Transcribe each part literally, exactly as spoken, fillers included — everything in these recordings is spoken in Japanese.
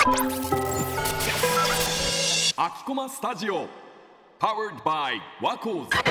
アキコマスタジオ Powered by ワコーズ。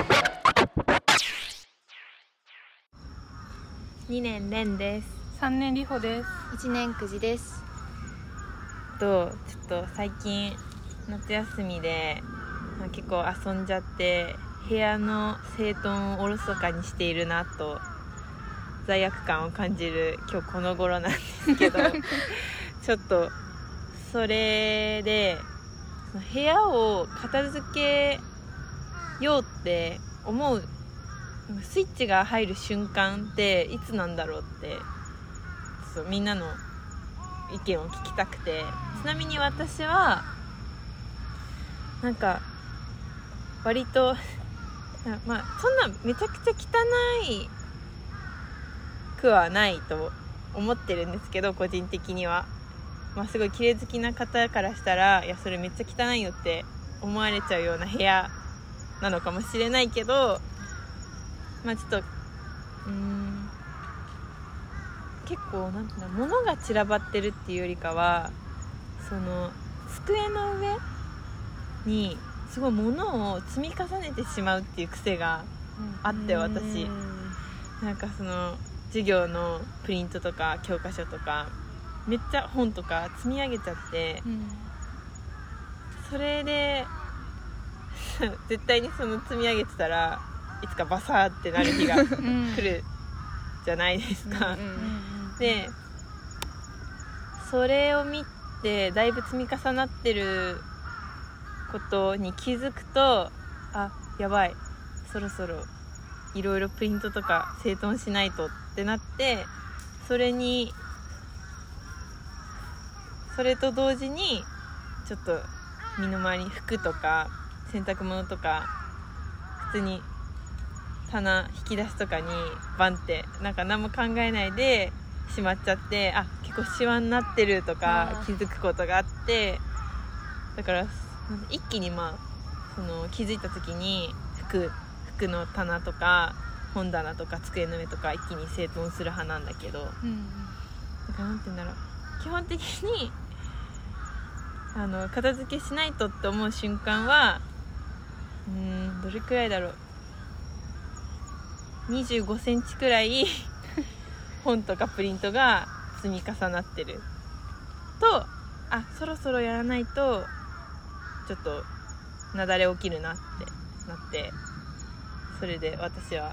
にねんレンです。 さんねんリホです。 いちねんくじです。 とちょっと最近夏休みで、まあ、結構遊んじゃって部屋の整頓をおろそかにしているなと罪悪感を感じる今日この頃なんですけどちょっとそれでその部屋を片付けようって思うスイッチが入る瞬間っていつなんだろうってそうみんなの意見を聞きたくて、ちなみに私はなんか割とまあそんなめちゃくちゃ汚いくはないと思ってるんですけど、個人的には、まあ、すごい綺麗好きな方からしたらいやそれめっちゃ汚いよって思われちゃうような部屋なのかもしれないけど、まあちょっとうーん結構なんていうの、物が散らばってるっていうよりかはその机の上にすごい物を積み重ねてしまうっていう癖があって、私なんかその授業のプリントとか教科書とかめっちゃ本とか積み上げちゃって、うん、それで絶対にその積み上げてたらいつかバサーってなる日が来るじゃないですか、うんうんうん、でそれを見てだいぶ積み重なってることに気づくと、あ、やばい、そろそろいろいろプリントとか整頓しないとってなって、それにそれと同時にちょっと身の回りに服とか洗濯物とか普通に棚引き出しとかにバンってなんか何も考えないでしまっちゃって、あ、結構シワになってるとか気づくことがあって、だから一気にまあその気づいた時に服服の棚とか本棚とか机の上とか一気に整頓する派なんだけど、うん、だからなんて言うんだろう、基本的にあの片付けしないとって思う瞬間はうーんどれくらいだろう、にじゅうごセンチくらい本とかプリントが積み重なってると、あ、そろそろやらないとちょっと雪崩起きるなってなって、それで私は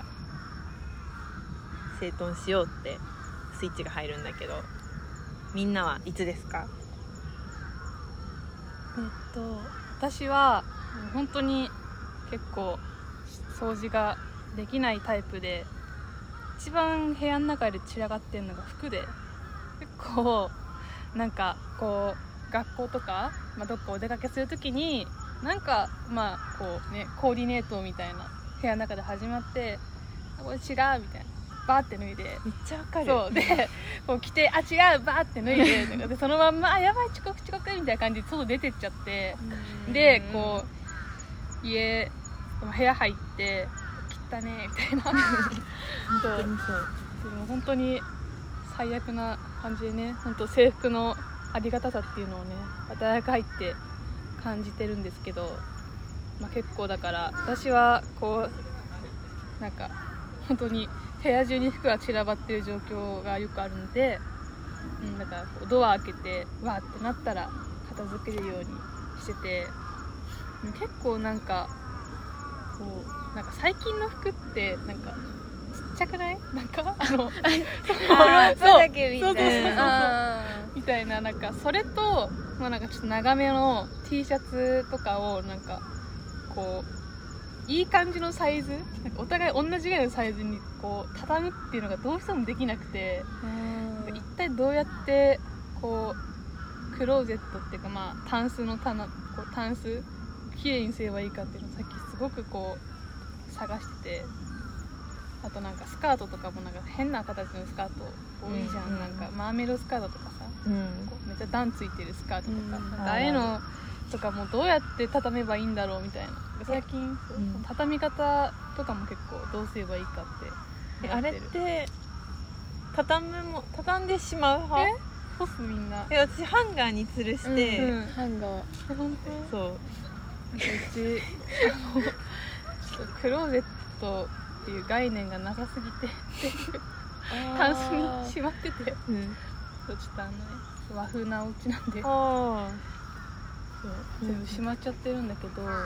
整頓しようってスイッチが入るんだけど、みんなはいつですか？ えっと私は本当に結構掃除ができないタイプで、一番部屋の中で散らかってるのが服で、結構なんかこう学校とか、まあ、どっかお出かけするときになんかまあこうねコーディネートみたいな部屋の中で始まって、これ違うみたいなバーって脱いで、めっちゃわかる。 そうでこう着て、あ、違うバーって脱いででそのまんま、あ、やばい遅刻遅刻みたいな感じで外出てっちゃって、でこう家部屋入って汚ねみたいなそう、でも本当に最悪な感じでね、本当制服のありがたさっていうのをね大学入って感じてるんですけど、まあ、結構だから私はこうなんか本当に部屋中に服が散らばってる状況がよくあるので、うん、だからこうドア開けてわーってなったら片付けるようにしてて、結構なんかこうなんか最近の服ってなんかちっちゃくない？なんかあのあーそうだけみたいなみたいな、なんかそれと、まあ、なんかちょっと長めの T シャツとかをなんかこういい感じのサイズ、なんかお互い同じぐらいのサイズにこう畳むっていうのがどうしてもできなくて、一体どうやってこうクローゼットっていうか、まあタンスの棚、こうタンスきれいにすればいいかっていうのをさっきすごくこう探してて、あとなんかスカートとかもなんか変な形のスカート多いじゃん、うんうん、なんかマーメイドスカートとかさ、うん、こうめっちゃ段ついてるスカートとか、うん、なんかああいうのとかもどうやって畳めばいいんだろうみたいな、最近、うん、畳み方とかも結構どうすればいいかってあれって畳むも畳んでしまう派？ 干すみんな。 え私ハンガーに吊るして、 うんうん、 ハンガーえ本当？ そうなんかうちあのちょっとクローゼットっていう概念がなさすぎてタンスにしまってて、 うんちょっとあのね和風なお家なんで、 あそう全部しまっちゃってるんだけど、うん、なん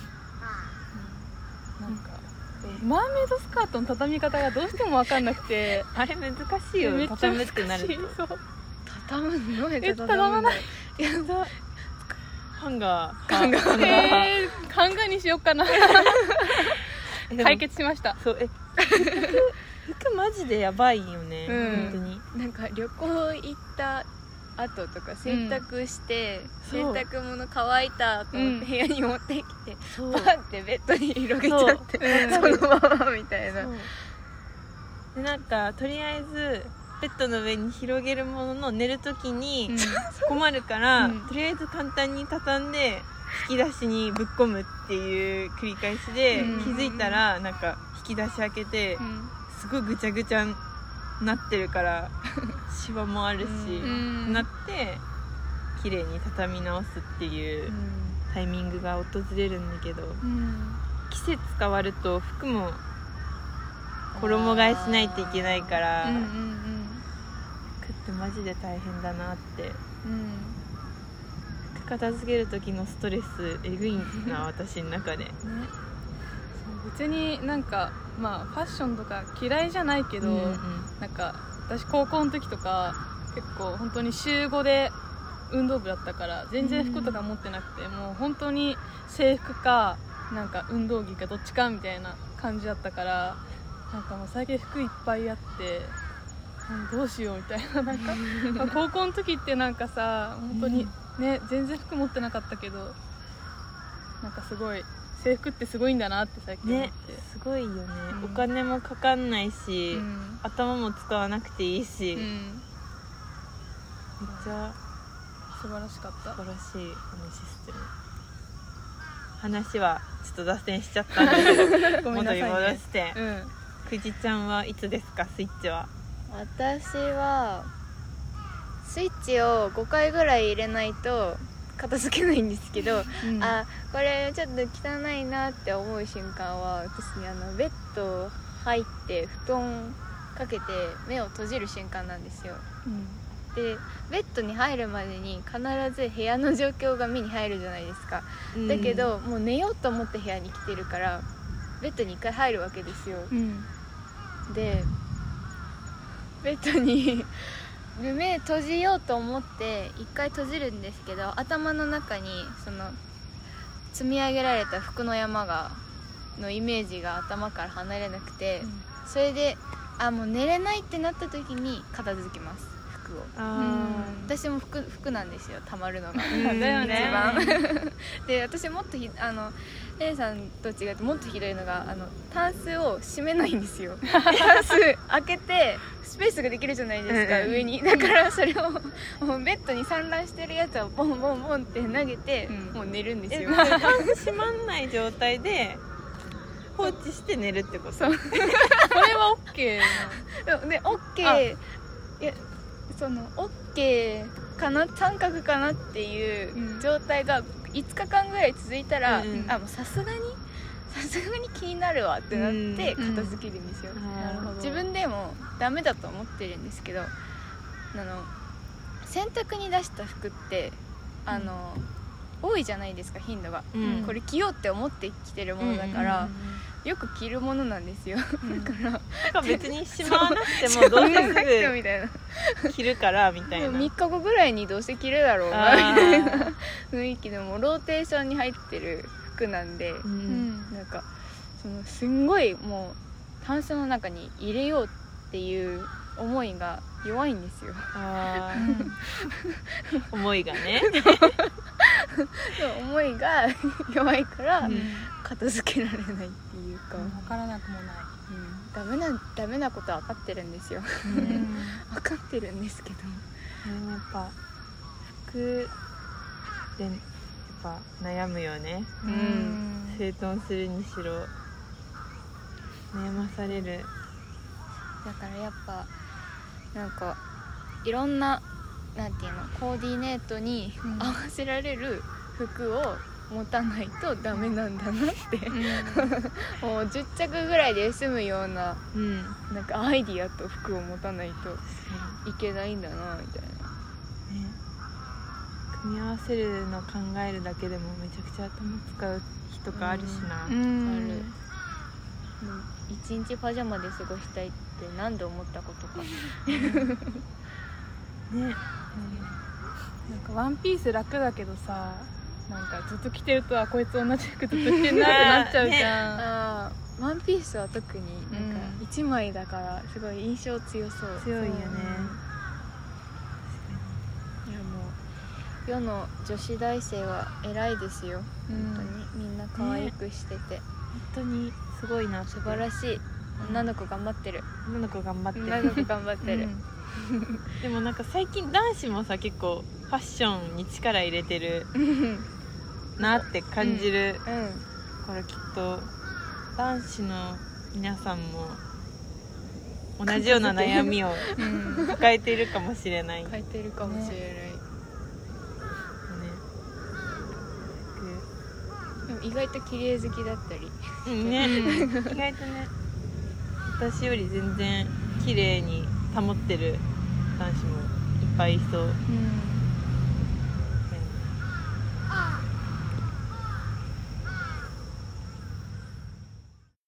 かマーメイドスカートの畳み方がどうしても分かんなくてあれ難しいよめっちゃ畳む難しい。 ってなるとそう畳むの？ え畳まない。 やだハンガーハンガーえー、ハンガーにしようかなえでも解決しました。 そうえ服服マジでやばいよね、 うん本当になんか旅行行った後とか洗濯して、 うん洗濯物乾いたと思って部屋に持ってきて、 そうバーってベッドに広げちゃってそ,、 うんのままみたいな。 そうでなんかとりあえずベッドの上に広げるものの寝るときに困るから、 うんとりあえず簡単に畳んで引き出しにぶっ込むっていう繰り返しで、 うん気づいたらなんか引き出し開けて、 うんすごいぐちゃぐちゃになってるからシワもあるし、 うんなって綺麗に畳み直すっていうタイミングが訪れるんだけど、 うん季節変わると服も衣替えしないといけないから、 うんうん服ってマジで大変だなってうん服片付ける時のストレスえぐいんだな私の中で。 ね、そう別になんかまあファッションとか嫌いじゃないけど、 うんうんなんか私高校の時とか結構本当に週ごで運動部だったから全然服とか持ってなくて、もう本当に制服かなんか運動着かどっちかみたいな感じだったから、なんかもう最近服いっぱいあってうんどうしようみたいな、なんかまあ高校の時ってなんかさ本当にね全然服持ってなかったけど、なんかすごい制服ってすごいんだなって最近思っねて、 すごいよね、 うんお金もかかんないし、 うん頭も使わなくていいし、めっうん、 ちゃ素晴らしかった素晴らしいこのシステム。話はちょっと脱線しちゃったんだけどごめんなさいね元に戻して、 うんくじちゃんはいつですかスイッチは？ 私はスイッチをごかいぐらい入れないと片付けないんですけど、 うんあこれちょっと汚いなって思う瞬間は私あのベッド入って布団かけて目を閉じる瞬間なんですよ。 うんでベッドに入るまでに必ず部屋の状況が目に入るじゃないですか。だけど、もう寝ようと思って部屋に来てるからベッドに一回入るわけですよ。 うんでベッドに目閉じようと思って一回閉じるんですけど、頭の中にその積み上げられた服の山がのイメージが頭から離れなくて、それであもう寝れないってなった時に片付けます、服を。 あ私も服服なんですよ、たまるのがーうんだよね一番で私もっとひあのレイさんと違ってもっとひどいのがあのタンスを閉めないんですよタンス開けてスペースができるじゃないですか、 うんうん上に。だからそれをもうベッドに散乱してるやつをボンボンボンって投げて、 うんもう寝るんですえよ。 タンス閉まんない状態で放置して寝るってこと？ そうそれは OK なでで OK いやその OK かな三角かなっていう状態がいつかかんぐらい続いたら、 うんうんあもうさすがにさすがに気になるわってなってうん片付けるんですよ、 なるほど自分でもダメだと思ってるんですけど、あの洗濯に出した服ってあの、多いじゃないですか頻度が、 うんこれ着ようって思って着てるものだから、よく着るものなんですよ、だからなんか別にしまわなくてもどうせなくてすみたいなぐ着るからみたいな。 みっかごぐらいにどうせ着るだろうなあみたいなー雰囲気でもローテーションに入ってる服なんで、 ううんんなんかそのすんごいもうタンスの中に入れようっていう思いが弱いんですよ。 あー思いがね。 思いが弱いからうん片付けられないっていうか、 分からなくもない、 うんダメなダメなことは分かってるんですようん分かってるんですけど、 でもやっぱ服でやっぱ悩むよね。 うん整頓するにしろ悩まされる。 だからやっぱなんかいろんななんていうのコーディネートに合わせられる服を持たないとダメなんだなって、うん、もうじゅっちゃくぐらいで済むような、うん、なんかアイディアと服を持たないといけないんだなみたいな、ね、 組み合わせるの考えるだけでもめちゃくちゃ頭使う日とかあるしな、 うん、ある。一日パジャマで過ごしたいって何度思ったことかね、 うん、なんかワンピース楽だけどさ、なんかずっと着てるとはこいつ同じ服ずっと着てんなってなっちゃうじゃん、ね、 あワンピースは特になんかいちまいだからすごい印象強そう。 強いよね、 いやもう世の女子大生は偉いですよ、うん、本当にみんな可愛くしてて、ね、 本当にすごいな。 素晴らしい。女の子頑張ってる。 女の子頑張ってる。 女の子頑張ってる、 うん、でもなんか最近男子もさ結構ファッションに力入れてるなって感じる、うんうん、からきっと男子の皆さんも同じような悩みを抱えているかもしれない。 抱えているかもしれない、ね意外と綺麗好きだったり、 うんね、意外とね私より全然綺麗に保ってる男子もいっぱいいそう、うん